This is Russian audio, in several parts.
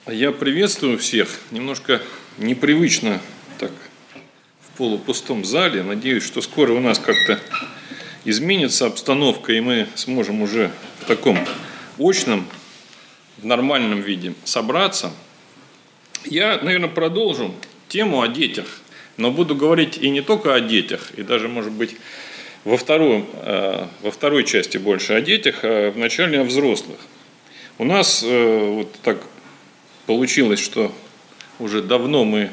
Я приветствую всех. Немножко непривычно так в полупустом зале. Надеюсь, что скоро у нас как-то изменится обстановка, и мы сможем уже в таком очном, в нормальном виде собраться. Я, наверное, продолжу тему о детях, но буду говорить и не только о детях, и даже, может быть, во второй части больше о детях, а в начале о взрослых. У нас вот так получилось, что уже давно мы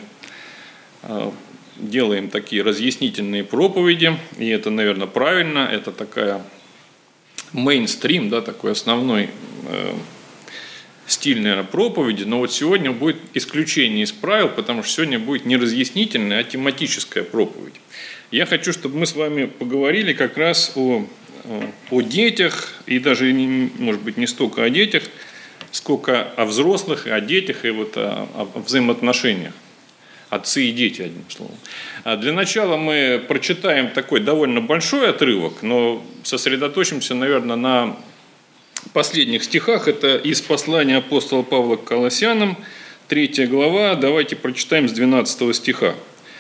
делаем такие разъяснительные проповеди, и это, наверное, правильно, это такая мейнстрим, да, такой основной стиль, наверное, проповеди, но вот сегодня будет исключение из правил, потому что сегодня будет не разъяснительная, а тематическая проповедь. Я хочу, чтобы мы с вами поговорили как раз о детях, и даже, может быть, не столько о детях, сколько о взрослых, и о детях, и вот о взаимоотношениях. Отцы и дети, одним словом. Для начала мы прочитаем такой довольно большой отрывок, но сосредоточимся, наверное, на последних стихах. Это из послания апостола Павла к Колоссянам, 3 глава. Давайте прочитаем с 12 стиха.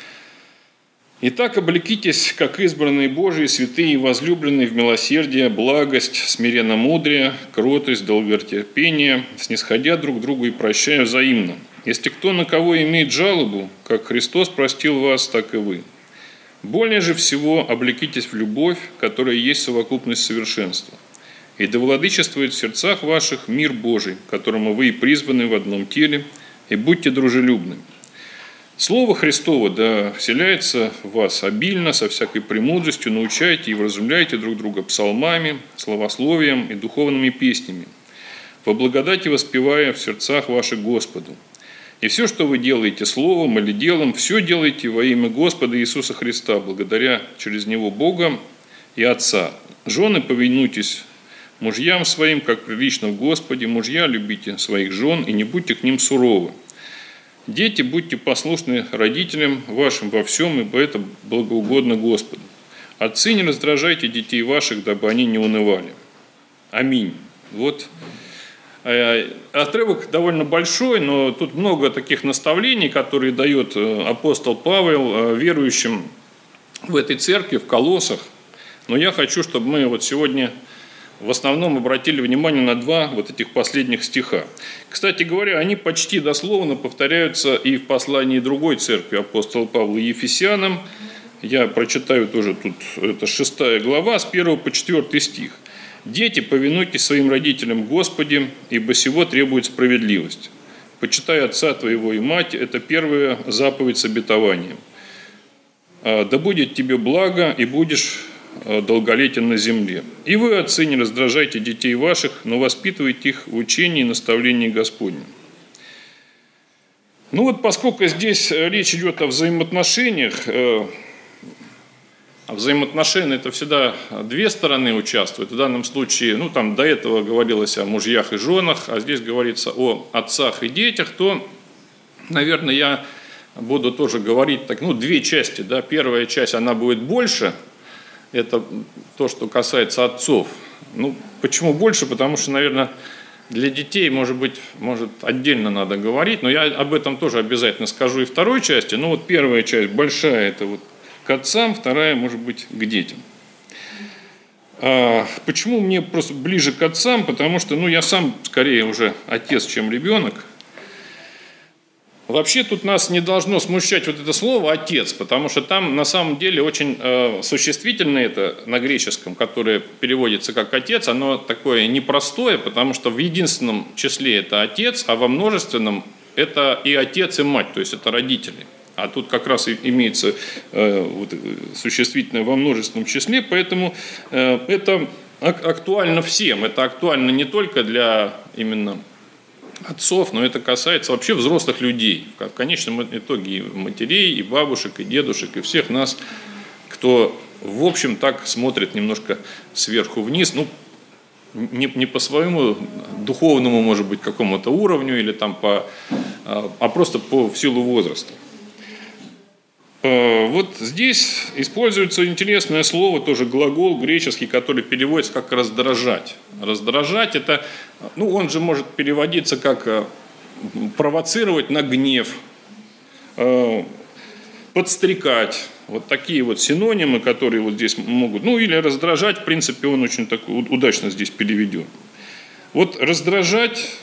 «Итак, облекитесь, как избранные Божии, святые и возлюбленные в милосердие, благость, смиренномудрие, кротость, долготерпение, снисходя друг другу и прощая взаимно. Если кто на кого имеет жалобу, как Христос простил вас, так и вы. Более же всего облекитесь в любовь, которая есть совокупность совершенства. И да владычествует в сердцах ваших мир Божий, которому вы и призваны в одном теле, и будьте дружелюбны. Слово Христово да вселяется в вас обильно, со всякой премудростью, научайте и вразумляйте друг друга псалмами, словословием и духовными песнями, во благодати воспевая в сердцах ваших Господу. И все, что вы делаете словом или делом, все делайте во имя Господа Иисуса Христа, благодаря через Него Бога и Отца. Жены, повинуйтесь мужьям своим, как прилично в Господе, мужья, любите своих жен и не будьте к ним суровы. Дети, будьте послушны родителям вашим во всем, ибо это благоугодно Господу. Отцы, не раздражайте детей ваших, дабы они не унывали. Аминь». Вот отрывок довольно большой, но тут много таких наставлений, которые дает апостол Павел верующим в этой церкви, в Колоссах. Но я хочу, чтобы мы вот сегодня в основном обратили внимание на два вот этих последних стиха. Кстати говоря, они почти дословно повторяются и в послании другой церкви апостола Павла Ефесянам. Я прочитаю тоже тут, это 6 глава, с 1 по 4 стих. «Дети, повинуйтесь своим родителям в Господе, ибо сего требует справедливость. Почитай отца твоего и мать, это первая заповедь с обетованием. Да будет тебе благо, и будешь долголетен на земле. И вы, отцы, не раздражайте детей ваших, но воспитывайте их в учении и наставлении Господнем». Ну вот, поскольку здесь речь идет о взаимоотношениях, взаимоотношения это всегда две стороны участвуют. В данном случае, ну там до этого говорилось о мужьях и женах, а здесь говорится о отцах и детях, то, наверное, я буду тоже говорить так, две части. Да? Первая часть, она будет больше. Это то, что касается отцов. Почему больше? Потому что, наверное, для детей, может отдельно надо говорить, но я об этом тоже обязательно скажу и второй части. Первая часть большая, это вот к отцам, вторая, может быть, к детям. Почему мне просто ближе к отцам? Потому что, я сам скорее уже отец, чем ребенок. Вообще тут нас не должно смущать вот это слово «отец», потому что там на самом деле очень существительное это на греческом, которое переводится как «отец», оно такое непростое, потому что в единственном числе это «отец», а во множественном это и отец, и мать, то есть это родители. А тут как раз и имеется существительное во множественном числе, поэтому это актуально всем, это актуально не только для именно отцов, но это касается вообще взрослых людей, в конечном итоге и матерей, и бабушек, и дедушек, и всех нас, кто, в общем, так смотрит немножко сверху вниз, не по своему духовному, может быть, какому-то уровню, или там а просто в силу возраста. Вот здесь используется интересное слово, тоже глагол греческий, который переводится как «раздражать». Раздражать – это, он же может переводиться как провоцировать на гнев, подстрекать. Вот такие вот синонимы, которые вот здесь могут, ну или раздражать, в принципе, он очень так удачно здесь переведен. Вот раздражать,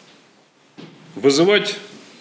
вызывать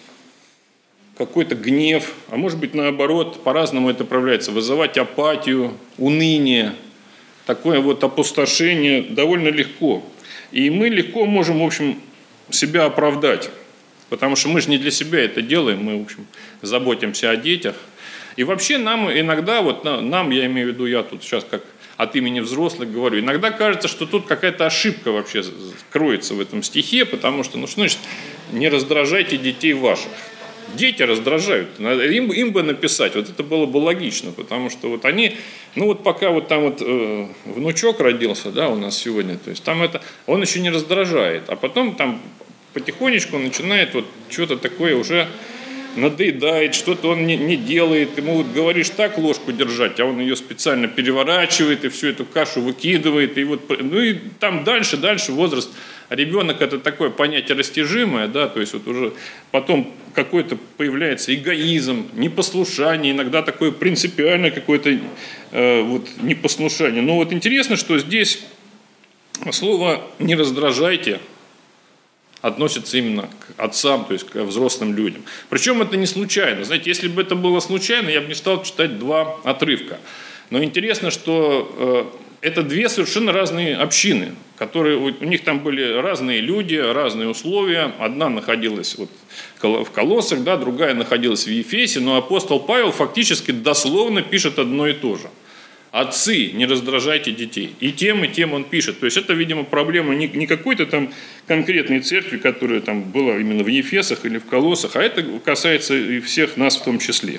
какой-то гнев, а может быть наоборот, по-разному это проявляется, вызывать апатию, уныние, такое вот опустошение довольно легко. И мы легко можем, в общем, себя оправдать, потому что мы же не для себя это делаем, мы, в общем, заботимся о детях. И вообще нам иногда, вот нам, я имею в виду, я тут сейчас как от имени взрослых говорю, иногда кажется, что тут какая-то ошибка вообще кроется в этом стихе, потому что, ну что значит, не раздражайте детей ваших. Дети раздражают, им бы написать, вот это было бы логично, потому что вот они, ну вот пока вот там вот внучок родился, да, у нас сегодня, то есть там это, он еще не раздражает, а потом там потихонечку начинает вот что-то такое уже надоедает, что-то он не делает, ему вот говоришь так ложку держать, а он ее специально переворачивает и всю эту кашу выкидывает, и вот, ну и там дальше возраст, ребенок это такое понятие растяжимое, да, то есть вот уже потом какой-то появляется эгоизм, непослушание, иногда такое принципиальное какое-то вот непослушание. Но вот интересно, что здесь слово «не раздражайте» относится именно к отцам, то есть к взрослым людям. Причем это не случайно. Знаете, если бы это было случайно, я бы не стал читать два отрывка. Но интересно, что это две совершенно разные общины, которые, у них там были разные люди, разные условия. Одна находилась вот в Колоссах, да, другая находилась в Ефесе, но апостол Павел фактически дословно пишет одно и то же. Отцы, не раздражайте детей. И тем он пишет. То есть это, видимо, проблема не какой-то там конкретной церкви, которая там была именно в Ефесах или в Колоссах, а это касается и всех нас в том числе.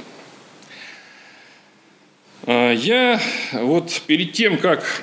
Я вот перед тем, как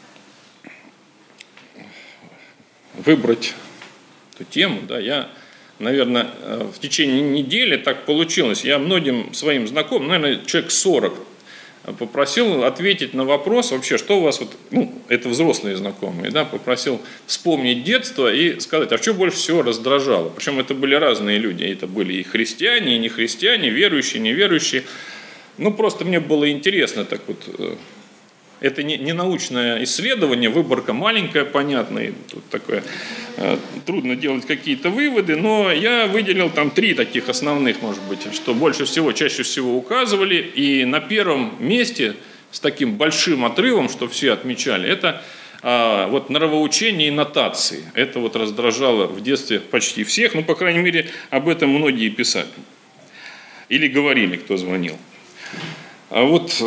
выбрать эту тему, да, я, наверное, в течение недели так получилось, я многим своим знакомым, наверное, человек 40, попросил ответить на вопрос вообще, что у вас, вот, ну, это взрослые знакомые, да, попросил вспомнить детство и сказать, а что больше всего раздражало. Причем это были разные люди, это были и христиане, и не христиане, верующие, неверующие. Ну, просто мне было интересно так вот. Это не научное исследование, выборка маленькая, понятная, тут такое, трудно делать какие-то выводы, но я выделил там 3 таких основных, может быть, что больше всего, чаще всего указывали, и на первом месте с таким большим отрывом, что все отмечали, это вот нравоучение и нотации. Это вот раздражало в детстве почти всех, ну, по крайней мере, об этом многие писали или говорили, кто звонил. А вот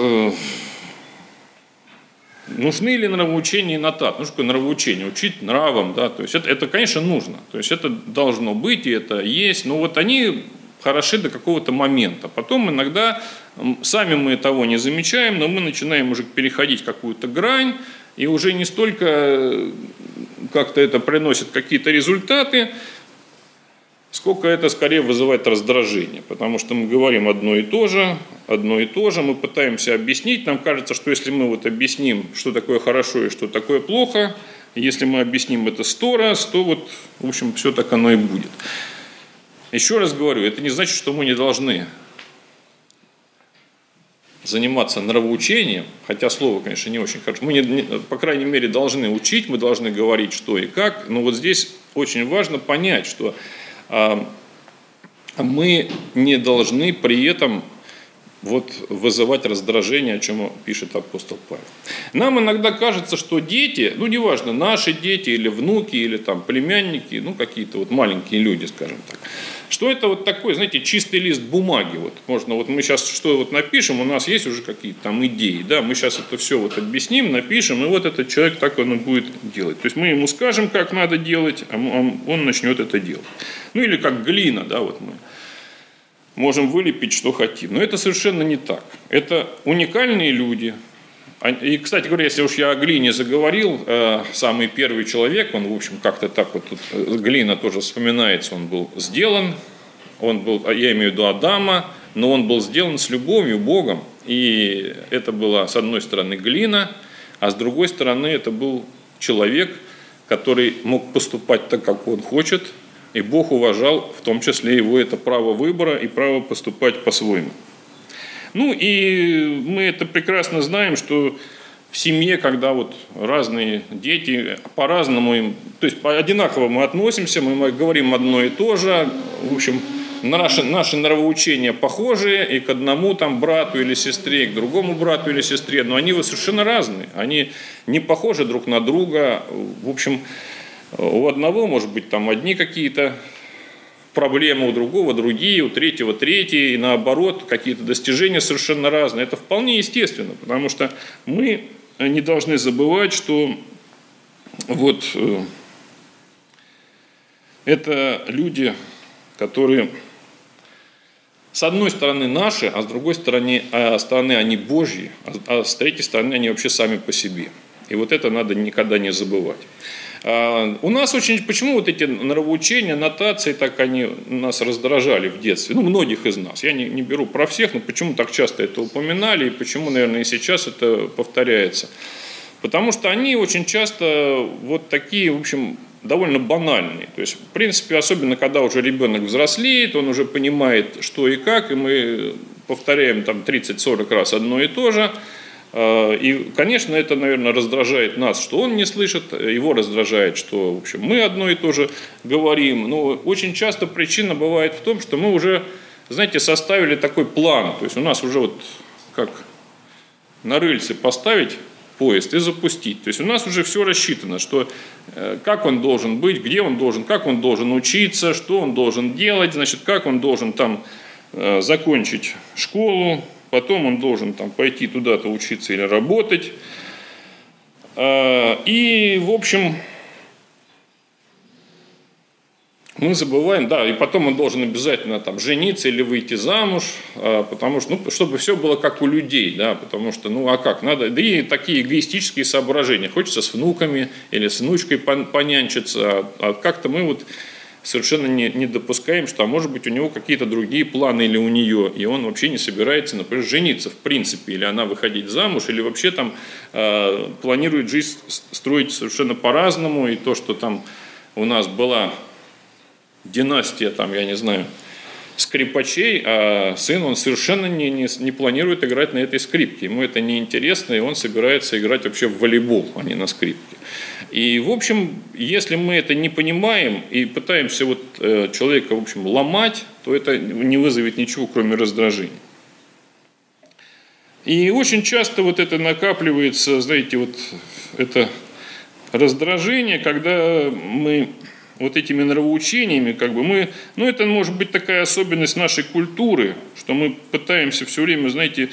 нужны ли нравоучения и нотации? Ну, что такое нравоучение? Учить нравам, да, то есть это, конечно, нужно. То есть это должно быть, и это есть, но вот они хороши до какого-то момента. Потом иногда, сами мы того не замечаем, но мы начинаем уже переходить какую-то грань, и уже не столько как-то это приносит какие-то результаты, сколько это скорее вызывает раздражение, потому что мы говорим одно и то же, мы пытаемся объяснить, нам кажется, что если мы вот объясним, что такое хорошо и что такое плохо, если мы объясним это 100 раз, то вот, в общем, все так оно и будет. Еще раз говорю, это не значит, что мы не должны заниматься нравоучением, хотя слово, конечно, не очень хорошо. Мы, по крайней мере, должны учить, мы должны говорить, что и как, но вот здесь очень важно понять, что мы не должны при этом вот вызывать раздражение, о чем пишет апостол Павел. Нам иногда кажется, что дети, ну неважно, наши дети или внуки, или там племянники, ну какие-то вот маленькие люди, скажем так, что это вот такой, знаете, чистый лист бумаги. Вот можно, вот мы сейчас что вот напишем, у нас есть уже какие-то там идеи, да, мы сейчас это все вот объясним, напишем, и вот этот человек так он и будет делать. То есть мы ему скажем, как надо делать, а он начнет это делать. Ну или как глина, да, вот мы можем вылепить, что хотим. Но это совершенно не так. Это уникальные люди. И, кстати говоря, если уж я о глине заговорил, самый первый человек, он, в общем, как-то так вот, тут глина тоже вспоминается, он был сделан, я имею в виду Адама, но он был сделан с любовью, Богом. И это была, с одной стороны, глина, а с другой стороны, это был человек, который мог поступать так, как он хочет, и Бог уважал в том числе его это право выбора и право поступать по-своему. Ну и мы это прекрасно знаем, что в семье, когда вот разные дети по-разному им, то есть одинаково мы относимся, мы говорим одно и то же, в общем, наши нравоучения похожие и к одному там брату или сестре, и к другому брату или сестре, но они совершенно разные, они не похожи друг на друга, в общем, у одного, может быть, там одни какие-то проблемы, у другого другие, у третьего третьи, и наоборот, какие-то достижения совершенно разные. Это вполне естественно, потому что мы не должны забывать, что вот это люди, которые с одной стороны наши, а с другой стороны они Божьи, а с третьей стороны они вообще сами по себе. И вот это надо никогда не забывать. У нас почему вот эти нравоучения, нотации, так они нас раздражали в детстве, многих из нас, я не беру про всех, но почему так часто это упоминали, и почему, наверное, и сейчас это повторяется. Потому что они очень часто вот такие, в общем, довольно банальные. То есть, в принципе, особенно когда уже ребенок взрослеет, он уже понимает, что и как, и мы повторяем там 30-40 раз одно и то же. И, конечно, это, наверное, раздражает нас, что он не слышит, его раздражает, что, в общем, мы одно и то же говорим. Но очень часто причина бывает в том, что мы уже, знаете, составили такой план. То есть у нас уже вот как на рельсы поставить поезд и запустить. То есть у нас уже все рассчитано, что как он должен быть, где он должен, как он должен учиться, что он должен делать, значит, как он должен там закончить школу, потом он должен там пойти туда-то учиться или работать. И, в общем, мы забываем, да, и потом он должен обязательно там жениться или выйти замуж, потому что, чтобы все было как у людей, да, потому что, а как, надо, да и такие эгоистические соображения, хочется с внуками или с внучкой понянчиться, а как-то мы вот совершенно не допускаем, что, может быть, у него какие-то другие планы или у нее, и он вообще не собирается, например, жениться в принципе, или она выходить замуж, или вообще там планирует жизнь строить совершенно по-разному, и то, что там у нас была династия, там, я не знаю, скрипачей, а сын, он совершенно не планирует играть на этой скрипке, ему это неинтересно, и он собирается играть вообще в волейбол, а не на скрипке. И, в общем, если мы это не понимаем и пытаемся вот человека, в общем, ломать, то это не вызовет ничего, кроме раздражения. И очень часто вот это накапливается, знаете, вот это раздражение, когда мы вот этими нравоучениями, это может быть такая особенность нашей культуры, что мы пытаемся все время, знаете,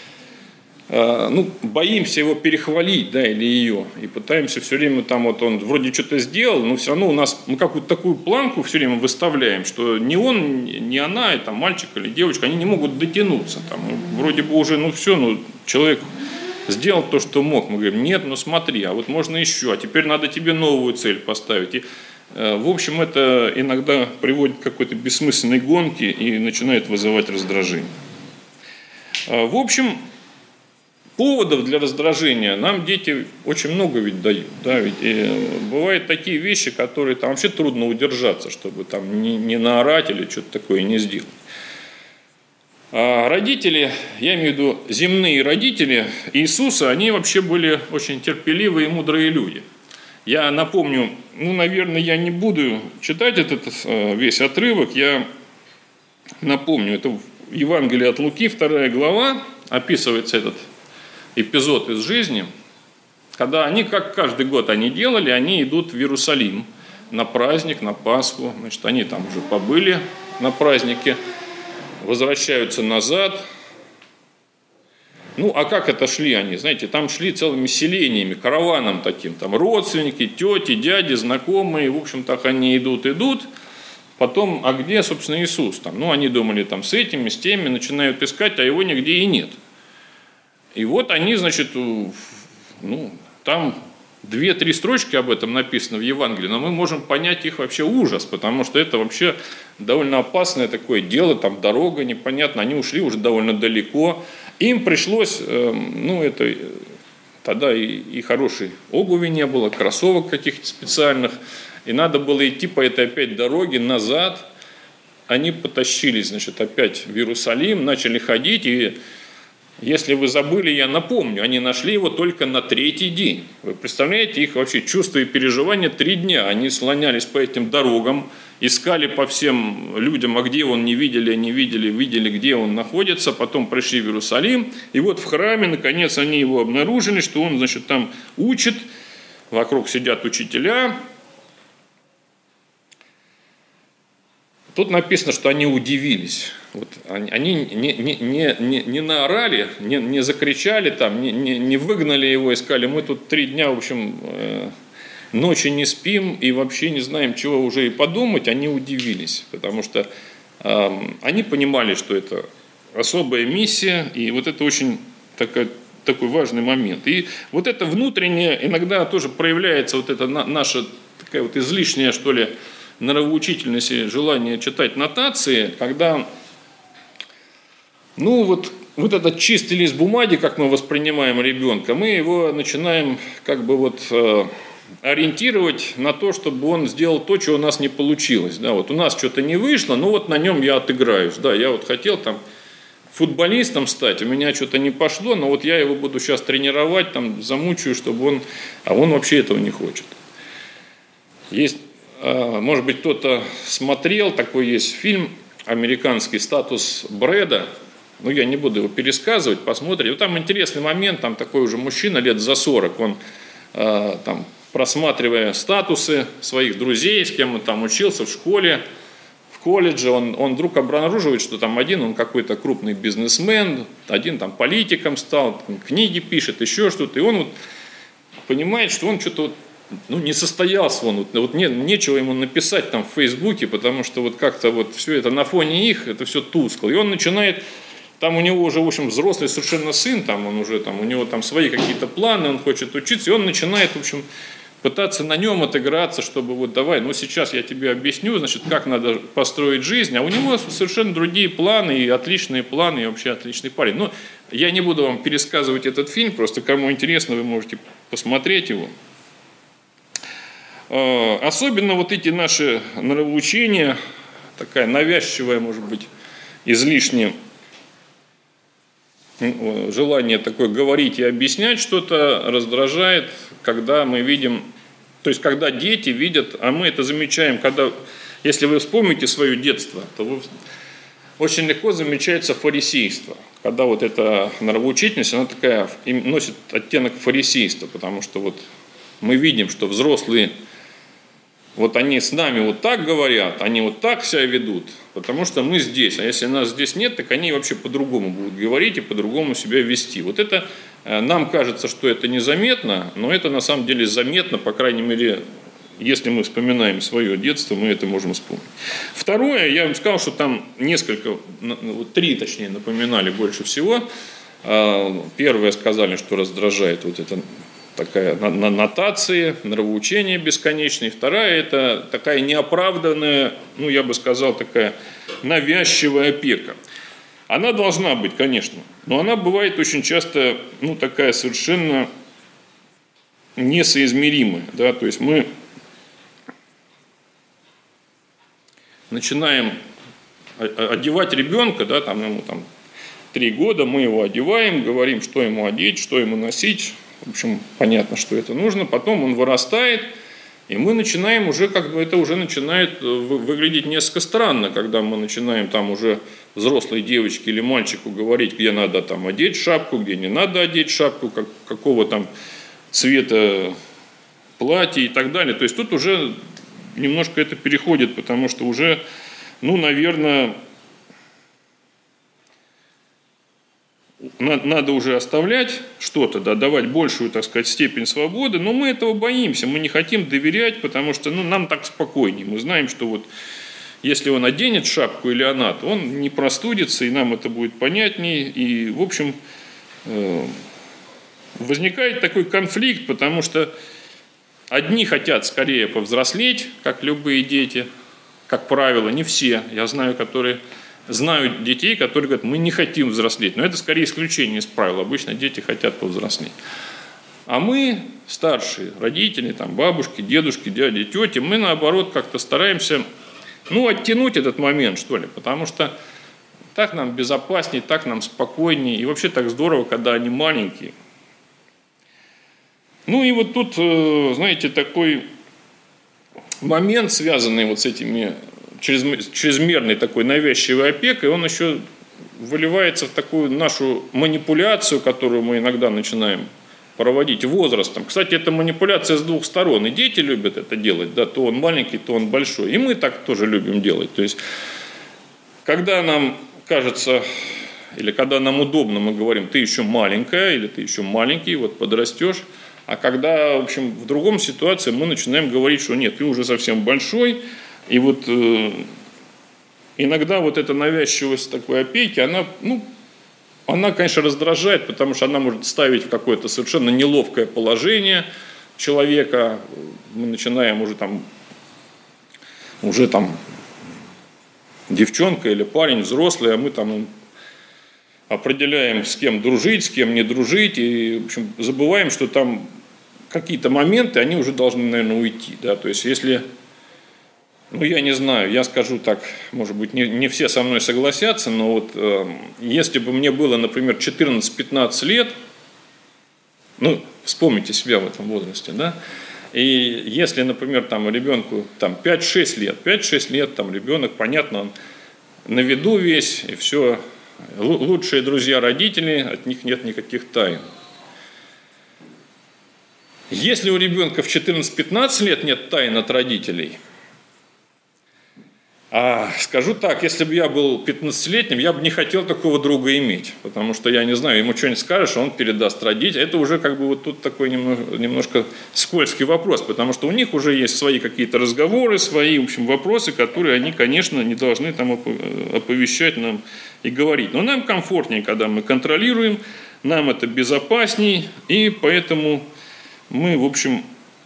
боимся его перехвалить, да, или ее, и пытаемся все время там вот он вроде что-то сделал, но все равно у нас мы какую-то такую планку все время выставляем, что ни он, ни она, и там мальчик или девочка, они не могут дотянуться, там, вроде бы уже, человек сделал то, что мог, мы говорим, нет, смотри, а вот можно еще, а теперь надо тебе новую цель поставить, и в общем, это иногда приводит к какой-то бессмысленной гонке и начинает вызывать раздражение. В общем, поводов для раздражения нам дети очень много ведь дают. Да? Ведь бывают такие вещи, которые там вообще трудно удержаться, чтобы там не наорать или что-то такое не сделать. А родители, я имею в виду земные родители Иисуса, они вообще были очень терпеливые и мудрые люди. Я напомню, наверное, я не буду читать этот весь отрывок, я напомню, это в Евангелии от Луки, 2 глава, описывается этот эпизод из жизни, когда они, как каждый год они делали, они идут в Иерусалим на праздник, на Пасху, значит, они там уже побыли на празднике, возвращаются назад. А как это шли они? Знаете, там шли целыми селениями, караваном таким, там родственники, тети, дяди, знакомые, в общем, так они идут, потом, а где, собственно, Иисус? Там, они думали, там, с этими, с теми, начинают искать, а его нигде и нет. И вот они, значит, там 2-3 строчки об этом написано в Евангелии, но мы можем понять их вообще ужас, потому что это вообще довольно опасное такое дело, там дорога непонятно, они ушли уже довольно далеко, им пришлось, тогда и хорошей обуви не было, кроссовок каких-то специальных, и надо было идти по этой опять дороге назад. Они потащились, значит, опять в Иерусалим, начали ходить, и если вы забыли, я напомню, они нашли его только на 3-й день. Вы представляете, их вообще чувства и переживания 3 дня. Они слонялись по этим дорогам, искали по всем людям, а где он, не видели, видели, где он находится, потом пришли в Иерусалим, и вот в храме, наконец, они его обнаружили, что он, значит, там учит, вокруг сидят учителя. Тут написано, что они удивились. Вот они не наорали, не закричали, там, не выгнали его, искали. Мы тут 3 дня, в общем, ночи не спим и вообще не знаем, чего уже и подумать. Они удивились, потому что они понимали, что это особая миссия, и вот это очень такой важный момент. И вот это внутреннее иногда тоже проявляется, вот это наша такая вот излишняя, что ли, нравоучительность и желание читать нотации, когда, ну вот этот чистый лист бумаги, как мы воспринимаем ребенка, мы его начинаем как бы вот ориентировать на то, чтобы он сделал то, чего у нас не получилось. Да, вот у нас что-то не вышло, ну вот на нем я отыграюсь. Да, я вот хотел там футболистом стать, у меня что-то не пошло, но вот я его буду сейчас тренировать, там замучаю, чтобы он, а он вообще этого не хочет. Есть, может быть, кто-то смотрел, такой есть фильм американский «Статус Брэда». Ну, я не буду его пересказывать, посмотрите. Вот там интересный момент, там такой уже мужчина лет за 40, он там, просматривая статусы своих друзей, с кем он там учился в школе, в колледже, он вдруг обнаруживает, что там один, он какой-то крупный бизнесмен, один там политиком стал, там, книги пишет, еще что-то, и он вот понимает, что он что-то вот, не состоялся, он вот нечего ему написать там в Фейсбуке, потому что вот как-то вот все это на фоне их, это все тускло, и он начинает. Там у него уже, в общем, взрослый совершенно сын, там он уже, там, у него там свои какие-то планы, он хочет учиться, и он начинает, в общем, пытаться на нем отыграться, чтобы вот давай, ну сейчас я тебе объясню, значит, как надо построить жизнь, а у него совершенно другие планы, и отличные планы, и вообще отличный парень. Но я не буду вам пересказывать этот фильм, просто кому интересно, вы можете посмотреть его. Особенно вот эти наши нравоучения, такая навязчивая, может быть, излишне желание такое говорить и объяснять что-то раздражает, когда мы видим, то есть когда дети видят, а мы это замечаем, когда, если вы вспомните свое детство, то вы очень легко замечается фарисейство, когда вот эта нравоучительность, она такая носит оттенок фарисейства, потому что вот мы видим, что взрослые, вот они с нами вот так говорят, они вот так себя ведут, потому что мы здесь. А если нас здесь нет, так они вообще по-другому будут говорить и по-другому себя вести. Вот это нам кажется, что это незаметно, но это на самом деле заметно, по крайней мере, если мы вспоминаем свое детство, мы это можем вспомнить. Второе, я вам сказал, что там несколько, 3 точнее, напоминали больше всего. Первое сказали, что раздражает вот это такая нотация, нравоучение бесконечное. Вторая – это такая неоправданная, ну, я бы сказал, такая навязчивая опека. Она должна быть, конечно, но она бывает очень часто, ну, такая совершенно несоизмеримая. Да? То есть мы начинаем одевать ребенка, да, там, ему там 3 года, мы его одеваем, говорим, что ему одеть, что ему носить. В общем, понятно, что это нужно. Потом он вырастает, и мы начинаем уже, как бы это уже начинает выглядеть несколько странно, когда мы начинаем там уже взрослой девочке или мальчику говорить, где надо там одеть шапку, где не надо одеть шапку, какого там цвета платье и так далее. То есть тут уже немножко это переходит, потому что уже, ну, наверное, надо уже оставлять что-то, да, давать большую, так сказать, степень свободы, но мы этого боимся, мы не хотим доверять, потому что, ну, нам так спокойнее. Мы знаем, что вот если он оденет шапку или она, то он не простудится, и нам это будет понятнее. И, в общем, возникает такой конфликт, потому что одни хотят скорее повзрослеть, как любые дети, как правило, не все. Я знаю, знают детей, которые говорят, мы не хотим взрослеть. Но это скорее исключение из правил. Обычно дети хотят повзрослеть. А мы, старшие родители, там, бабушки, дедушки, дяди, тети, мы наоборот как-то стараемся, оттянуть этот момент, что ли, потому что так нам безопаснее, так нам спокойнее, и вообще так здорово, когда они маленькие. И вот тут, знаете, такой момент, связанный вот с этими чрезмерной такой навязчивой опекой, он еще выливается в такую нашу манипуляцию, которую мы иногда начинаем проводить возрастом. Кстати, это манипуляция с двух сторон. И дети любят это делать, да, то он маленький, то он большой. И мы так тоже любим делать. То есть, когда нам кажется, или когда нам удобно, мы говорим, ты еще маленькая, или ты еще маленький, вот подрастешь. А когда, в общем, в другом ситуации мы начинаем говорить, что нет, ты уже совсем большой. И вот иногда вот эта навязчивость такой опеки, она, конечно, раздражает, потому что она может ставить в какое-то совершенно неловкое положение человека. Мы начинаем уже там девчонка или парень взрослый, а мы там определяем, с кем дружить, с кем не дружить, и, в общем, забываем, что там какие-то моменты, они уже должны, наверное, уйти. Да? То есть, если, я не знаю, я скажу так, может быть, не все со мной согласятся, но вот если бы мне было, например, 14-15 лет, вспомните себя в этом возрасте, да, и если, например, там ребенку там 5-6 лет, там ребенок, понятно, он на виду весь, и все, лучшие друзья родителей, от них нет никаких тайн. Если у ребенка в 14-15 лет нет тайн от родителей, скажу так, если бы я был 15-летним, я бы не хотел такого друга иметь, потому что, я не знаю, ему что-нибудь скажешь, он передаст родителям. Это уже как бы вот тут такой немножко скользкий вопрос, потому что у них уже есть свои какие-то разговоры, свои, в общем, вопросы, которые они, конечно, не должны там оповещать нам и говорить. Но нам комфортнее, когда мы контролируем, нам это безопасней, и поэтому мы, в общем,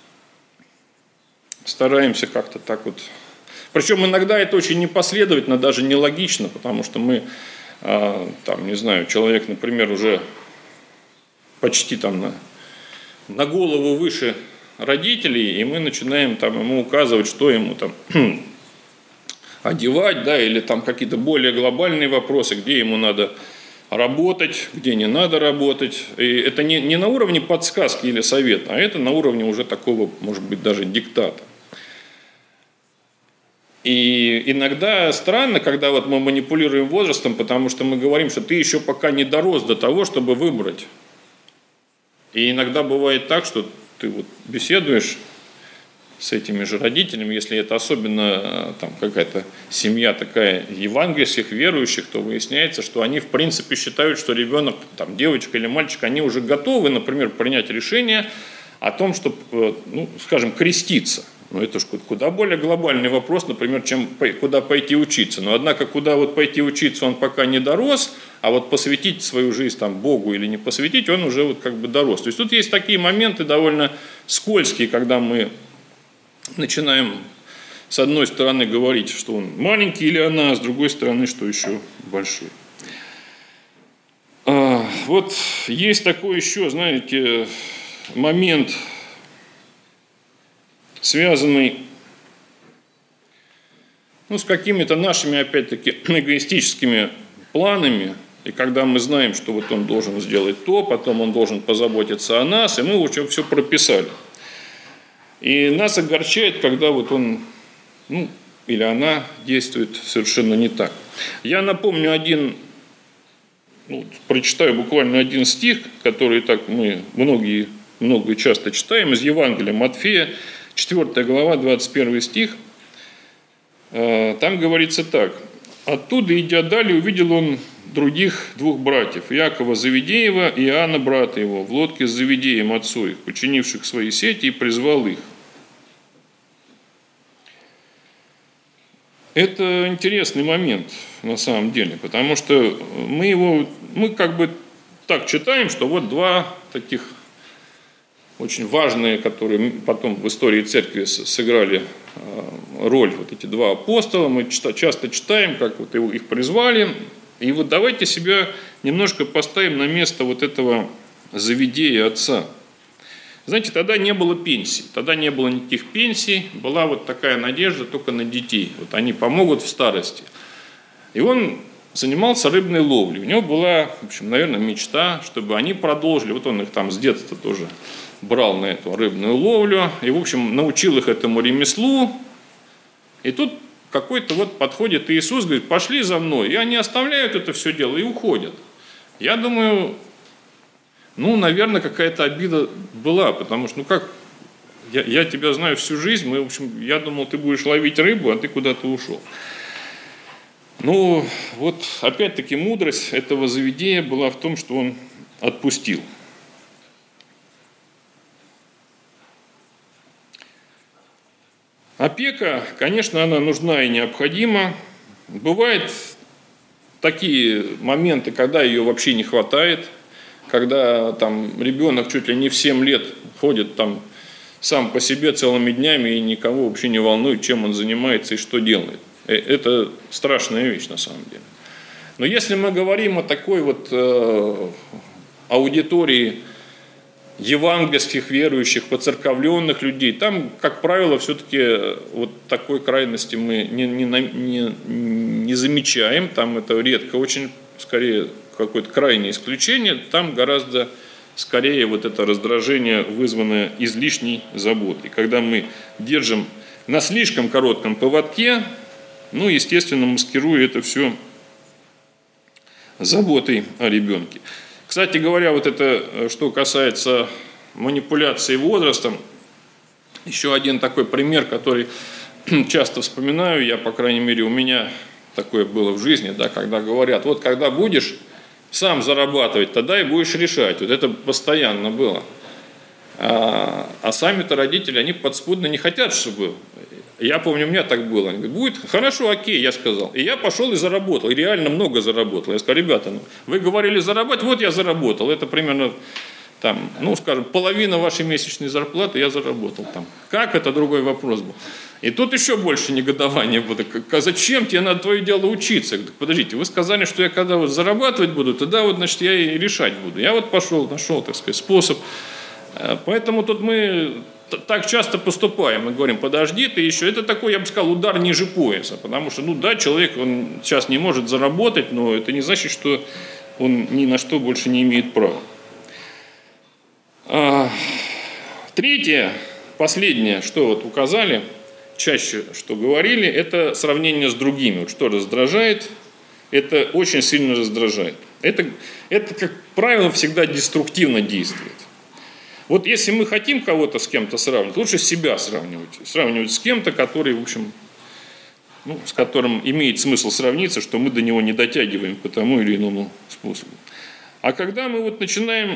стараемся как-то так вот. Причем иногда это очень непоследовательно, даже нелогично, потому что мы, не знаю, человек, например, уже почти там на голову выше родителей, и мы начинаем там ему указывать, что ему там одевать, да, или там какие-то более глобальные вопросы, где ему надо работать, где не надо работать. И это не на уровне подсказки или совета, а это на уровне уже такого, может быть, даже диктата. И иногда странно, когда вот мы манипулируем возрастом, потому что мы говорим, что ты еще пока не дорос до того, чтобы выбрать. И иногда бывает так, что ты вот беседуешь с этими же родителями, если это особенно там какая-то семья такая евангельских, верующих, то выясняется, что они в принципе считают, что ребенок, там, девочка или мальчик, они уже готовы, например, принять решение о том, чтобы, скажем, креститься. Это же куда более глобальный вопрос, например, чем куда пойти учиться. Но однако, куда вот пойти учиться, он пока не дорос, а вот посвятить свою жизнь там Богу или не посвятить, он уже вот как бы дорос. То есть тут есть такие моменты довольно скользкие, когда мы начинаем с одной стороны говорить, что он маленький или она, а с другой стороны, что еще большой. Вот есть такой еще, знаете, момент, связанный с какими-то нашими, опять-таки, эгоистическими планами, и когда мы знаем, что вот он должен сделать то, потом он должен позаботиться о нас, и мы уже все прописали. И нас огорчает, когда вот он, или она действует совершенно не так. Я напомню прочитаю буквально один стих, который так мы многие часто читаем, из Евангелия Матфея, 4 глава, 21 стих. Там говорится так. «Оттуда, идя далее, увидел он других двух братьев, Иакова Завидеева и Иоанна, брата его, в лодке с Завидеем, отцу их, починивших свои сети, и призвал их». Это интересный момент на самом деле, потому что мы как бы так читаем, что вот два таких очень важные, которые потом в истории церкви сыграли роль, вот эти два апостола, мы часто читаем, как вот их призвали. И вот давайте себя немножко поставим на место вот этого Завидея отца. Знаете, тогда не было пенсий, тогда не было никаких пенсий, была вот такая надежда только на детей. Вот они помогут в старости. И он занимался рыбной ловлей. У него была, в общем, наверное, мечта, чтобы они продолжили. Вот он их там с детства тоже брал на эту рыбную ловлю. И, в общем, научил их этому ремеслу. И тут какой-то вот подходит Иисус, говорит, пошли за мной. И они оставляют это все дело и уходят. Я думаю, наверное, какая-то обида была. Потому что, как, я тебя знаю всю жизнь. В общем, я думал, ты будешь ловить рыбу, а ты куда-то ушел. Вот опять-таки мудрость этого заведения была в том, что он отпустил. Опека, конечно, она нужна и необходима. Бывают такие моменты, когда ее вообще не хватает, когда там ребенок чуть ли не в 7 лет ходит там сам по себе целыми днями и никого вообще не волнует, чем он занимается и что делает. Это страшная вещь на самом деле. Но если мы говорим о такой вот аудитории евангельских верующих, поцерковленных людей, там, как правило, все-таки вот такой крайности мы не замечаем, там это редко, очень скорее какое-то крайнее исключение, там гораздо скорее вот это раздражение, вызванное излишней заботой. Когда мы держим на слишком коротком поводке, естественно, маскируя это все заботой о ребенке. Кстати говоря, вот это, что касается манипуляции возрастом, еще один такой пример, который часто вспоминаю, я, по крайней мере, у меня такое было в жизни, да, когда говорят, вот когда будешь сам зарабатывать, тогда и будешь решать. Вот это постоянно было. А сами-то родители, они подспудно не хотят, чтобы... Я помню, у меня так было. Они говорят, будет хорошо, окей, я сказал. И я пошел и заработал, и реально много заработал. Я сказал, ребята, вы говорили зарабатывать, вот я заработал. Это примерно, там, скажем, половина вашей месячной зарплаты я заработал. Там. Как, это другой вопрос был. И тут еще больше негодования будет. Зачем тебе надо твое дело учиться? Я говорю, подождите, вы сказали, что я когда вот зарабатывать буду, тогда вот, значит, я и решать буду. Я вот пошел, нашел, так сказать, способ. Поэтому тут мы так часто поступаем. Мы говорим, подожди, ты еще. Это такой, я бы сказал, удар ниже пояса. Потому что, человек, он сейчас не может заработать, но это не значит, что он ни на что больше не имеет права. Третье, последнее, что вот указали, чаще что говорили, это сравнение с другими. Вот что раздражает, это очень сильно раздражает. Это, как правило, всегда деструктивно действует. Вот если мы хотим кого-то с кем-то сравнивать, лучше себя сравнивать. Сравнивать с кем-то, который, в общем, с которым имеет смысл сравниться, что мы до него не дотягиваем по тому или иному способу. А когда мы вот начинаем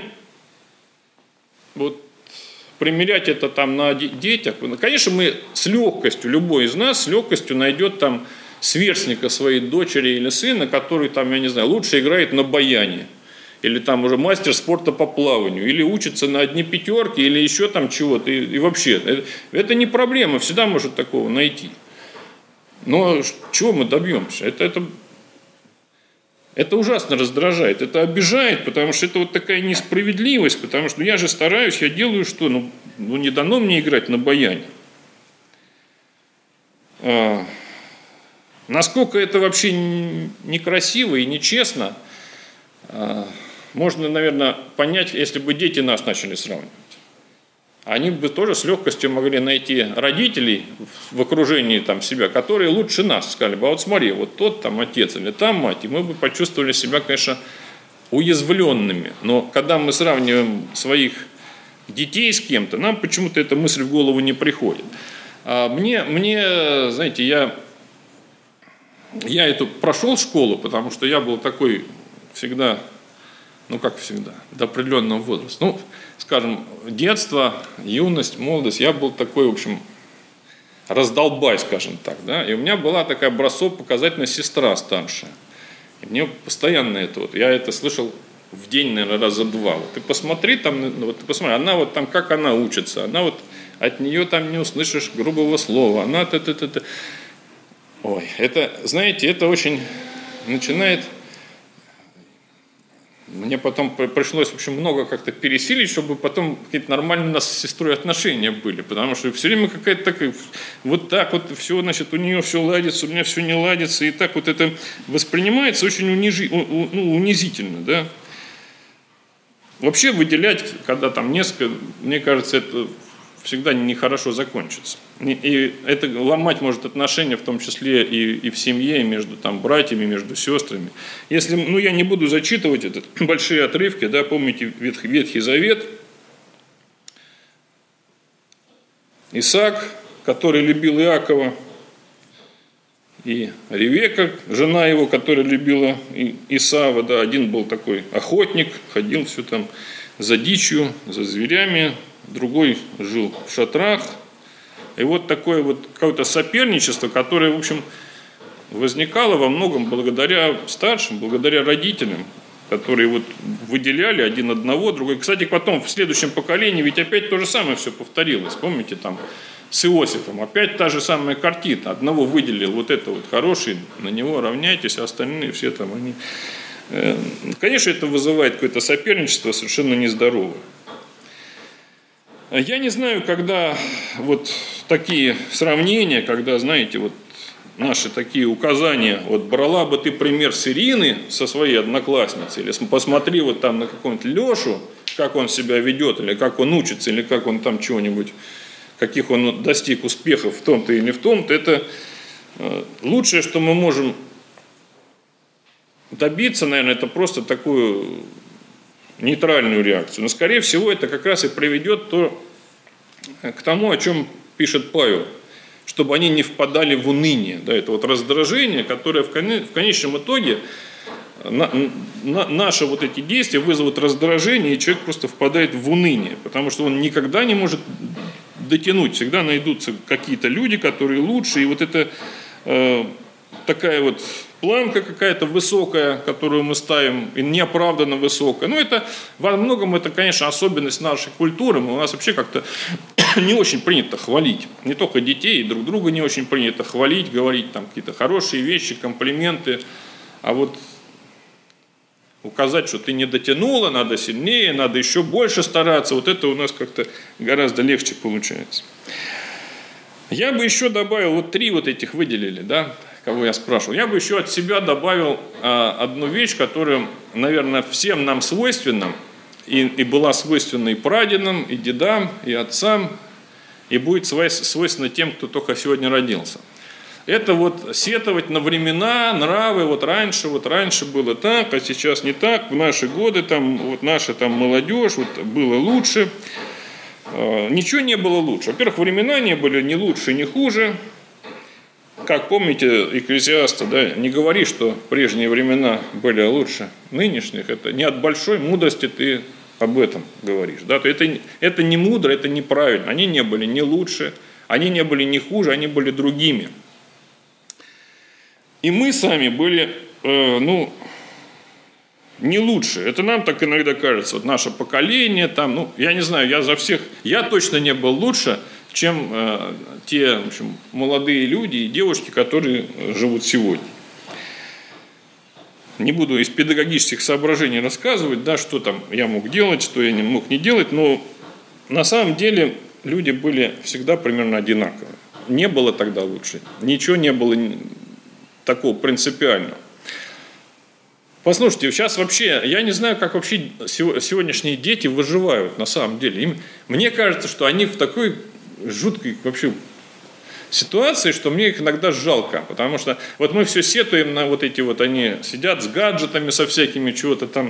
примерять это там на детях, конечно, мы с легкостью, любой из нас с легкостью найдет там сверстника своей дочери или сына, который там, я не знаю, лучше играет на баяне. Или там уже мастер спорта по плаванию, или учится на одни пятерки, или еще там чего-то. И вообще, это не проблема, всегда может такого найти. Но чего мы добьемся? Это ужасно раздражает, это обижает, потому что это вот такая несправедливость, потому что я же стараюсь, я делаю что? Не дано мне играть на баяне. Насколько это вообще некрасиво и нечестно, можно, наверное, понять, если бы дети нас начали сравнивать. Они бы тоже с легкостью могли найти родителей в окружении там себя, которые лучше нас. Сказали бы, а вот смотри, вот тот там отец или там мать, и мы бы почувствовали себя, конечно, уязвленными. Но когда мы сравниваем своих детей с кем-то, нам почему-то эта мысль в голову не приходит. Мне, знаете, я прошел школу, потому что я был такой всегда, как всегда, до определенного возраста. Скажем, детство, юность, молодость, я был такой, в общем, раздолбай, скажем так, да, и у меня была такая образцово-показательная сестра старшая. И мне постоянно я это слышал в день, наверное, раза два. Вот ты посмотри там, она вот там, как она учится, она вот от нее там не услышишь грубого слова, она Ой, это, знаете, это очень начинает Мне потом пришлось, в общем, много как-то пересилить, чтобы потом какие-то нормальные у нас с сестрой отношения были. Потому что все время какая-то такая, вот так вот все, значит, у нее все ладится, у меня все не ладится. И так вот это воспринимается очень унизительно, да. Вообще выделять, когда там несколько, мне кажется, это всегда нехорошо закончится. И это ломать может отношения, в том числе и в семье, и между там братьями, между сестрами. Если, я не буду зачитывать большие отрывки, да, помните Ветхий Завет, Исаак, который любил Иакова, и Ревека, жена его, которая любила Исава, да, один был такой охотник, ходил все там за дичью, за зверями, другой жил в шатрах. И вот такое вот какое-то соперничество, которое, в общем, возникало во многом благодаря старшим, благодаря родителям, которые вот выделяли один одного, другой. Кстати, потом в следующем поколении ведь опять то же самое все повторилось. Помните, там с Иосифом опять та же самая картина. Одного выделил вот это вот хороший, на него равняйтесь, а остальные все там они... Конечно, это вызывает какое-то соперничество совершенно нездоровое. Я не знаю, когда вот такие сравнения, когда, знаете, вот наши такие указания, вот брала бы ты пример с Ирины, со своей одноклассницей, или посмотри вот там на какого-нибудь Лешу, как он себя ведет, или как он учится, или как он там чего-нибудь, каких он достиг успехов в том-то или в том-то, это лучшее, что мы можем добиться, наверное, это просто такую нейтральную реакцию. Но, скорее всего, это как раз и приведет к тому, о чем пишет Павел, чтобы они не впадали в уныние. Да, это вот раздражение, которое в конечном итоге наши вот эти действия вызовут раздражение, и человек просто впадает в уныние, потому что он никогда не может дотянуть. Всегда найдутся какие-то люди, которые лучше, и вот это такая вот планка какая-то высокая, которую мы ставим, и неоправданно высокая. Но это во многом, это, конечно, особенность нашей культуры. У нас вообще как-то не очень принято хвалить. Не только детей, друг друга не очень принято хвалить, говорить там какие-то хорошие вещи, комплименты. А вот указать, что ты не дотянула, надо сильнее, надо еще больше стараться, вот это у нас как-то гораздо легче получается. Я бы еще добавил, вот 3 вот этих выделили, да, кого я спрашивал. Я бы еще от себя добавил одну вещь, которая, наверное, всем нам свойственна, и была свойственна и прадедам, и дедам, и отцам, и будет свойственна тем, кто только сегодня родился. Это вот сетовать на времена, нравы, вот раньше было так, а сейчас не так, в наши годы, там, вот наша там молодежь, вот было лучше. Ничего не было лучше. Во-первых, времена не были ни лучше, ни хуже. Как помните Экклесиаста, да, не говори, что прежние времена были лучше нынешних. Это не от большой мудрости ты об этом говоришь. Да? То это не мудро, это неправильно. Они не были ни лучше, они не были ни хуже, они были другими. И мы сами были, не лучше. Это нам так иногда кажется. Вот наше поколение, там, я не знаю, я точно не был лучше, чем те, в общем, молодые люди и девушки, которые живут сегодня. Не буду из педагогических соображений рассказывать, да, что там я мог делать, что я не мог не делать, но на самом деле люди были всегда примерно одинаковые. Не было тогда лучше. Ничего не было такого принципиального. Послушайте, сейчас вообще, я не знаю, как вообще сегодняшние дети выживают на самом деле. Мне кажется, что они в такой жуткой вообще ситуации, что мне их иногда жалко, потому что вот мы все сетуем на вот эти вот, они сидят с гаджетами, со всякими чего-то там.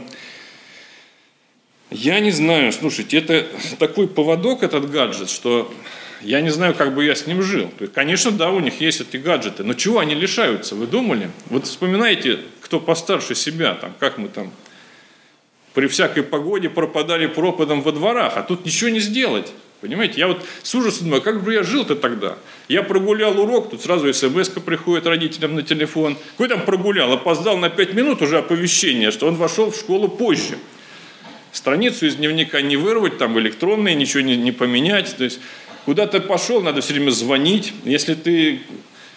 Я не знаю, слушайте, это такой поводок, этот гаджет, что я не знаю, как бы я с ним жил. То есть, конечно, да, у них есть эти гаджеты, но чего они лишаются, вы думали? Вот вспоминайте, кто постарше себя, там, как мы там при всякой погоде пропадали пропадом во дворах, а тут ничего не сделать. Понимаете, я вот с ужасом думаю, как бы я жил-то тогда? Я прогулял урок, тут сразу смс-ка приходит родителям на телефон. Какой там прогулял? Опоздал на 5 минут, уже оповещение, что он вошел в школу позже. Страницу из дневника не вырвать, там электронные, ничего не поменять. То есть куда-то пошел, надо все время звонить. Если ты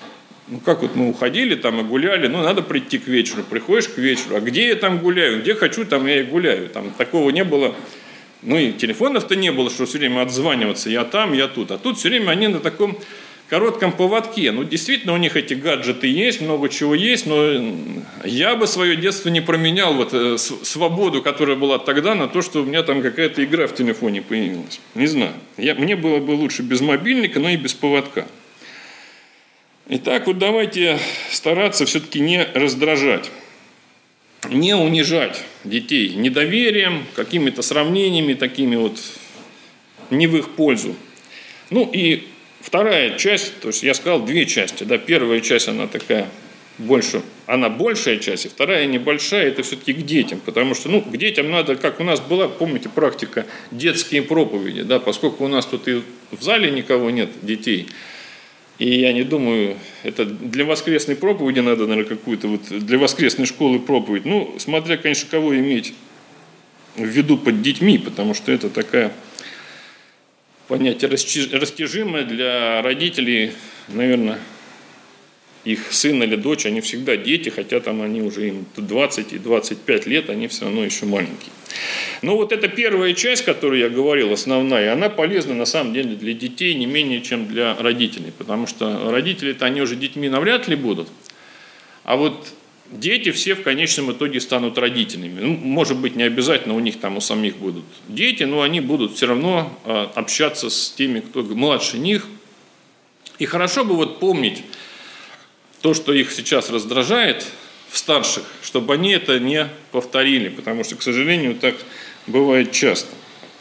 Ну, как вот мы уходили там и гуляли, ну, надо прийти к вечеру. Приходишь к вечеру, а где я там гуляю? Где хочу, там я и гуляю. Там такого не было. Ну, и телефонов-то не было, что все время отзваниваться. Я там, я тут. А тут все время они на таком коротком поводке. Ну, действительно, у них эти гаджеты есть, много чего есть, но я бы свое детство не променял вот свободу, которая была тогда, на то, что у меня там какая-то игра в телефоне появилась. Не знаю. Мне было бы лучше без мобильника, но и без поводка. Итак, вот давайте стараться все-таки не раздражать, не унижать детей недоверием, какими-то сравнениями такими вот не в их пользу. Ну и вторая часть, то есть я сказал две части, да, первая часть она такая больше, она большая часть, и вторая небольшая, это все-таки к детям, потому что, ну, к детям надо, как у нас была, помните, практика детские проповеди, да, поскольку у нас тут и в зале никого нет детей. И я не думаю, это для воскресной проповеди надо, наверное, какую-то вот для воскресной школы проповедь. Ну, смотря, конечно, кого иметь в виду под детьми, потому что это такая понятие растяжимое для родителей, наверное, их сын или дочь, они всегда дети, хотя там они уже им 20 и 25 лет, они все равно еще маленькие. Но вот эта первая часть, которую я говорил, основная, она полезна на самом деле для детей не менее, чем для родителей, потому что родители-то они уже детьми навряд ли будут, а вот дети все в конечном итоге станут родителями. Ну, может быть, не обязательно у них там у самих будут дети, но они будут все равно общаться с теми, кто младше них. И хорошо бы вот помнить то, что их сейчас раздражает в старших, чтобы они это не повторили, потому что, к сожалению, так бывает часто.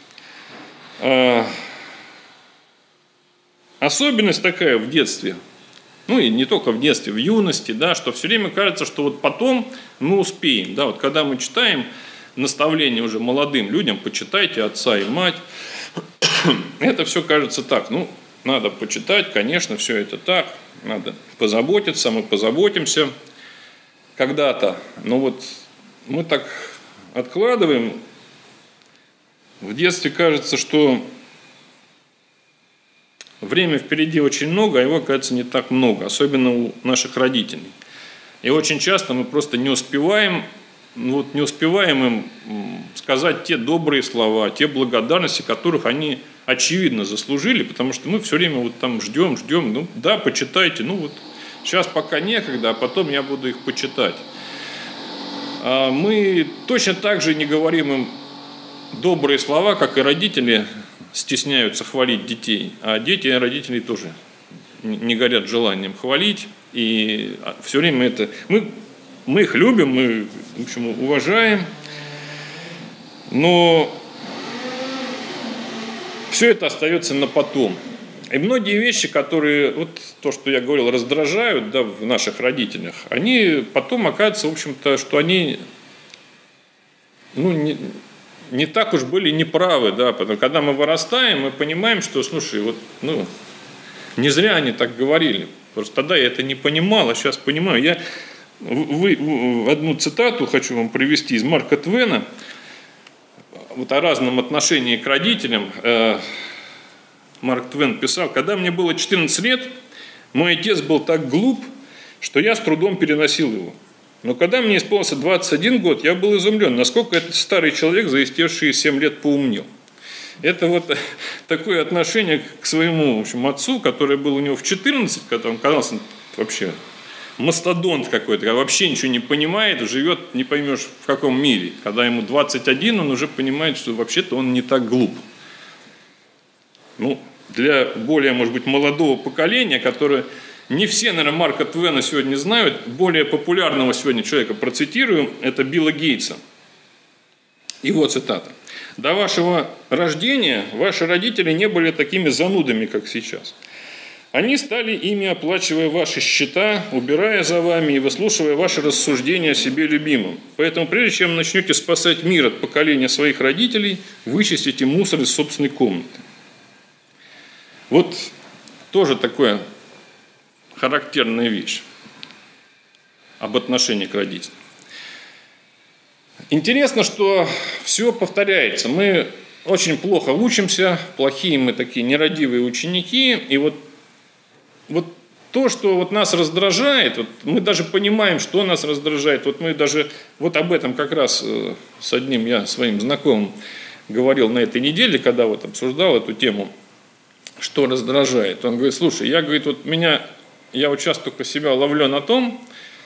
Особенность такая в детстве, ну и не только в детстве, в юности, да, что все время кажется, что вот потом мы успеем. Да, вот когда мы читаем наставления уже молодым людям, почитайте отца и мать, это все кажется так, ну, надо почитать, конечно, все это так, надо позаботиться, мы позаботимся когда-то. Но вот мы так откладываем, в детстве кажется, что время впереди очень много, а его, кажется, не так много, особенно у наших родителей. И очень часто мы просто не успеваем им сказать те добрые слова, те благодарности, которых они очевидно заслужили, потому что мы все время вот там ждем, ну да, почитайте, ну вот сейчас пока некогда, а потом я буду их почитать. А мы точно так же не говорим им добрые слова, как и родители стесняются хвалить детей, а дети и родители тоже не горят желанием хвалить, и все время это... Мы их любим, мы, в общем, уважаем, но все это остается на потом. И многие вещи, которые, вот то, что я говорил, раздражают, да, в наших родителях, они потом оказываются, в общем-то, что они не так уж были неправы, да, потому что когда мы вырастаем, мы понимаем, что, слушай, вот, не зря они так говорили, просто тогда я это не понимал, а сейчас понимаю. Я одну цитату хочу вам привести из Марка Твена, вот о разном отношении к родителям. Марк Твен писал: «Когда мне было 14 лет, мой отец был так глуп, что я с трудом переносил его. Но когда мне исполнился 21 год, я был изумлен, насколько этот старый человек за истекшие 7 лет поумнел». Это вот такое отношение к своему, в общем, отцу, который был у него в 14, когда он казался вообще мастодонт какой-то, вообще ничего не понимает, живет не поймешь в каком мире. Когда ему 21, он уже понимает, что вообще-то он не так глуп. Для более, может быть, молодого поколения, которое не все, наверное, Марка Твена сегодня знают, более популярного сегодня человека процитирую, это Билла Гейтса. Его цитата: «До вашего рождения ваши родители не были такими занудами, как сейчас. Они стали ими, оплачивая ваши счета, убирая за вами и выслушивая ваши рассуждения о себе любимом. Поэтому прежде чем начнете спасать мир от поколения своих родителей, вычистите мусор из собственной комнаты». Вот тоже такая характерная вещь об отношении к родителям. Интересно, что все повторяется. Мы очень плохо учимся, плохие мы такие нерадивые ученики, и вот то, что вот нас раздражает, вот мы даже понимаем, что нас раздражает. Вот мы даже вот об этом как раз с одним я своим знакомым говорил на этой неделе, когда вот обсуждал эту тему, что раздражает. Он говорит: слушай, я, говорит, вот я вот сейчас только себя ловлю на том,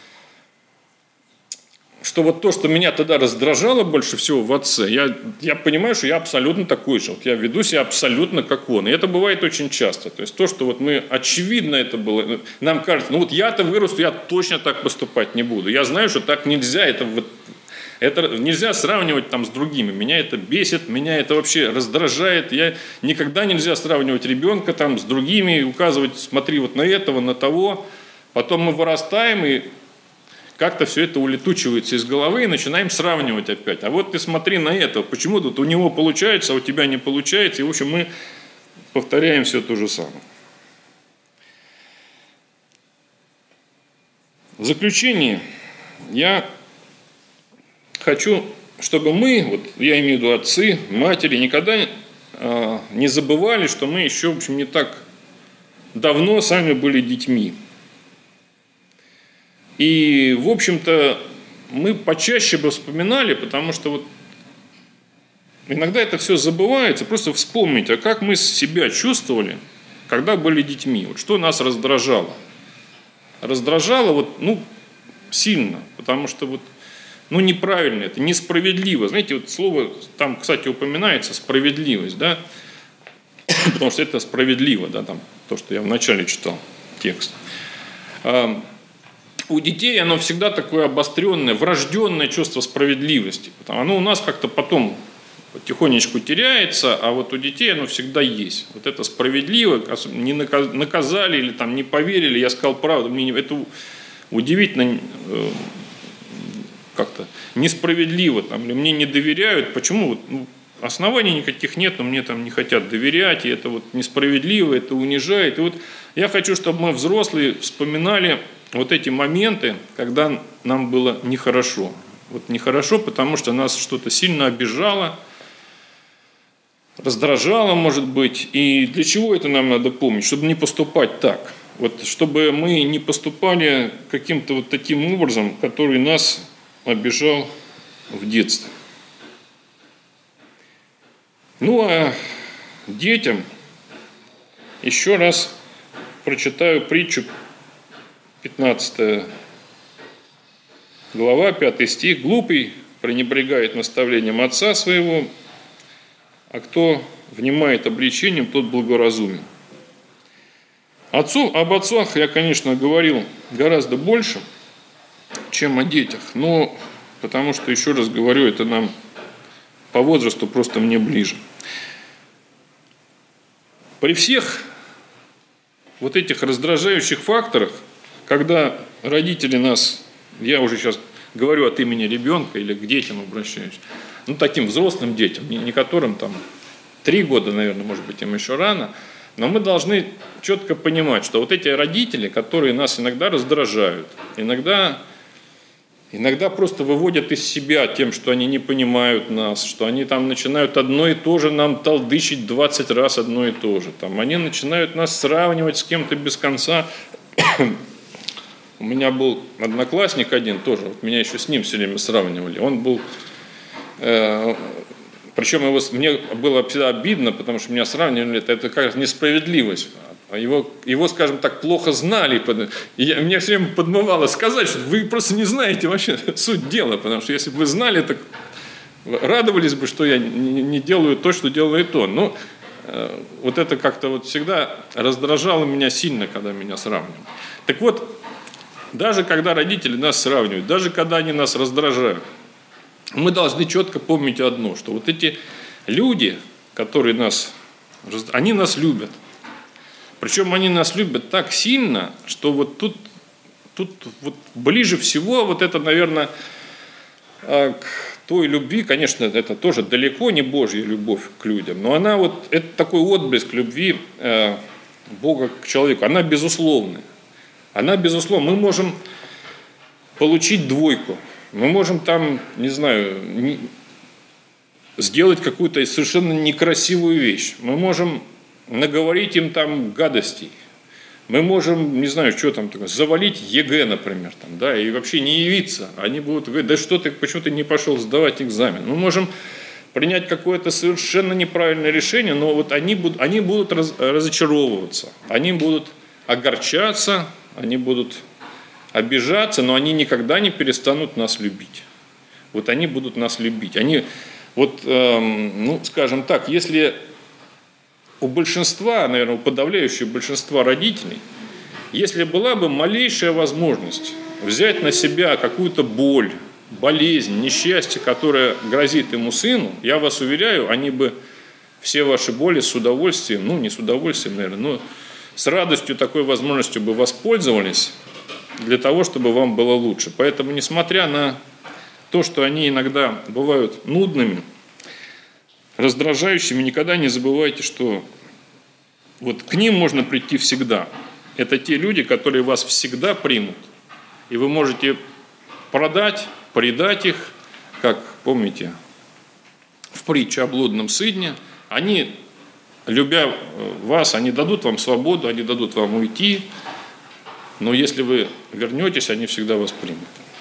что вот то, что меня тогда раздражало больше всего в отце, я понимаю, что я абсолютно такой же. Вот я веду себя абсолютно как он. И это бывает очень часто. То есть то, что вот мы, очевидно это было, нам кажется, ну вот я-то вырасту, я точно так поступать не буду. Я знаю, что так нельзя, это нельзя сравнивать там с другими. Меня это бесит, меня это вообще раздражает. Никогда нельзя сравнивать ребенка там с другими, указывать: смотри вот на этого, на того. Потом мы вырастаем, и как-то все это улетучивается из головы, и начинаем сравнивать опять. А вот ты смотри на этого, почему тут у него получается, а у тебя не получается. И, в общем, мы повторяем все то же самое. В заключение я хочу, чтобы мы, вот я имею в виду отцы, матери, никогда не забывали, что мы еще, в общем, не так давно сами были детьми. И, в общем-то, мы почаще бы вспоминали, потому что вот иногда это все забывается. Просто вспомнить, а как мы себя чувствовали, когда были детьми. Вот что нас раздражало. Раздражало вот, сильно, потому что вот, неправильно это, несправедливо. Знаете, вот слово там, кстати, упоминается, справедливость, да, потому что это справедливо, да, там, то, что я вначале читал текст. У детей оно всегда такое обостренное, врожденное чувство справедливости. Оно у нас как-то потом потихонечку теряется, а вот у детей оно всегда есть. Вот это справедливо, не наказали или там не поверили, я сказал правду. Это удивительно как-то несправедливо, или мне не доверяют. Почему? Оснований никаких нет, но мне там не хотят доверять, и это вот несправедливо, это унижает. И вот я хочу, чтобы мы, взрослые, вспоминали вот эти моменты, когда нам было нехорошо. Вот нехорошо, потому что нас что-то сильно обижало, раздражало, может быть. И для чего это нам надо помнить? Чтобы не поступать так. Вот, чтобы мы не поступали каким-то вот таким образом, который нас обижал в детстве. А детям еще раз прочитаю притчу, 15 глава, 5 стих. «Глупый пренебрегает наставлением отца своего, а кто внимает обличением, тот благоразумен». Об отцах я, конечно, говорил гораздо больше, чем о детях, но потому что, еще раз говорю, это нам по возрасту просто мне ближе. При всех вот этих раздражающих факторах, когда родители нас, я уже сейчас говорю от имени ребенка или к детям обращаюсь, таким взрослым детям, не которым там 3 года, наверное, может быть, им еще рано, но мы должны четко понимать, что вот эти родители, которые нас иногда раздражают, иногда просто выводят из себя тем, что они не понимают нас, что они там начинают одно и то же нам толдычить 20 раз одно и то же. Они начинают нас сравнивать с кем-то без конца. У меня был одноклассник один тоже, вот меня еще с ним все время сравнивали. Он был, причем мне было всегда обидно, потому что меня сравнивали, это как раз несправедливость. Его, скажем так, плохо знали. И меня все время подмывало сказать, что вы просто не знаете вообще суть дела, потому что если бы вы знали, так радовались бы, что я не делаю то, что делает он. Но вот это как-то вот всегда раздражало меня сильно, когда меня сравнивали. Так вот, даже когда родители нас сравнивают, даже когда они нас раздражают, мы должны четко помнить одно, что вот эти люди, которые они нас любят. Причем они нас любят так сильно, что вот тут вот ближе всего вот это, наверное, к той любви, конечно, это тоже далеко не Божья любовь к людям, но она вот, это такой отблеск любви Бога к человеку, она безусловная. Она безусловна. Мы можем получить 2, мы можем там, не знаю, сделать какую-то совершенно некрасивую вещь, мы можем наговорить им там гадостей. Мы можем, не знаю, что там такое, завалить ЕГЭ, например, там, да, и вообще не явиться. Они будут говорить, да что ты, почему ты не пошел сдавать экзамен? Мы можем принять какое-то совершенно неправильное решение, но вот они будут разочаровываться, они будут огорчаться, они будут обижаться, но они никогда не перестанут нас любить. Вот они будут нас любить. Они, вот, ну, скажем так, если у большинства, наверное, у подавляющего большинства родителей, если была бы малейшая возможность взять на себя какую-то боль, болезнь, несчастье, которое грозит ему сыну, я вас уверяю, они бы все ваши боли с удовольствием, ну, не с удовольствием, наверное, но с радостью такой возможностью бы воспользовались для того, чтобы вам было лучше. Поэтому, несмотря на то, что они иногда бывают нудными, раздражающими, никогда не забывайте, что вот к ним можно прийти всегда. Это те люди, которые вас всегда примут, и вы можете предать их, как, помните, в притче о блудном сыне. Они, любя вас, они дадут вам свободу, они дадут вам уйти, но если вы вернетесь, они всегда вас примут.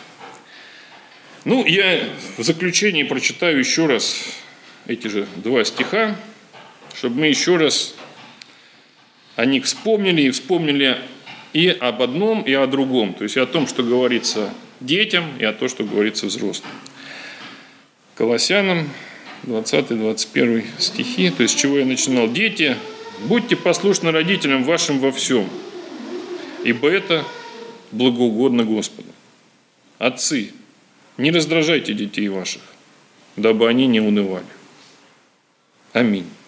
Ну, я в заключении прочитаю еще раз эти же 2 стиха, чтобы мы еще раз о них вспомнили, и вспомнили и об одном, и о другом. То есть и о том, что говорится детям, и о том, что говорится взрослым. Колоссянам 20-21 стихи, то есть с чего я начинал. «Дети, будьте послушны родителям вашим во всем, ибо это благоугодно Господу. Отцы, не раздражайте детей ваших, дабы они не унывали». Аминь.